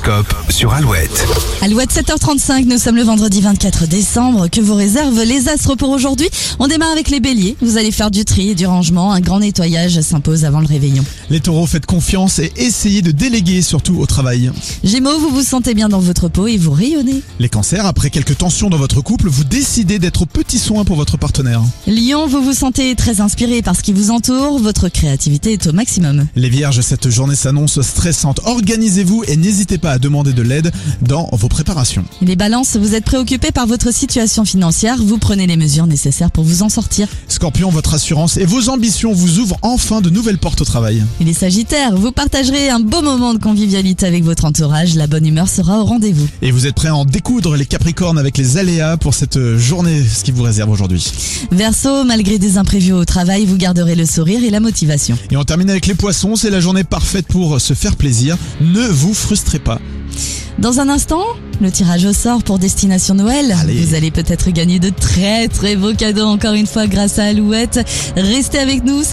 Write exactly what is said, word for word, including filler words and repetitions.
L'horoscope sur Alouette. Alouette sept heures trente-cinq, nous sommes le vendredi vingt-quatre décembre. Que vous réservent les astres pour aujourd'hui? On démarre avec les béliers. Vous allez faire du tri et du rangement. Un grand nettoyage s'impose avant le réveillon. Les taureaux, faites confiance et essayez de déléguer, surtout au travail. Gémeaux, vous vous sentez bien dans votre peau et vous rayonnez. Les cancers, après quelques tensions dans votre couple, vous décidez d'être aux petits soins pour votre partenaire. Lion, vous vous sentez très inspiré par ce qui vous entoure. Votre créativité est au maximum. Les vierges, cette journée s'annonce stressante. Organisez-vous et n'hésitez pas à demander de l'aide dans vos préparations. Les balances, vous êtes préoccupé par votre situation financière. Vous prenez les mesures nécessaires pour vous en sortir. Scorpion, votre assurance et vos ambitions vous ouvrent enfin de nouvelles portes au travail. Et les sagittaires, vous partagerez un beau moment de convivialité avec votre entourage. La bonne humeur sera au rendez-vous. Et vous êtes prêts à en découdre, les capricornes, avec les aléas pour cette journée, ce qui vous réserve aujourd'hui. Verseau, malgré des imprévus au travail, vous garderez le sourire et la motivation. Et on termine avec les poissons, c'est la journée parfaite pour se faire plaisir. Ne vous frustrez pas. Dans un instant, le tirage au sort pour Destination Noël. Allez. Vous allez peut-être gagner de très très beaux cadeaux encore une fois grâce à Alouette. Restez avec nous.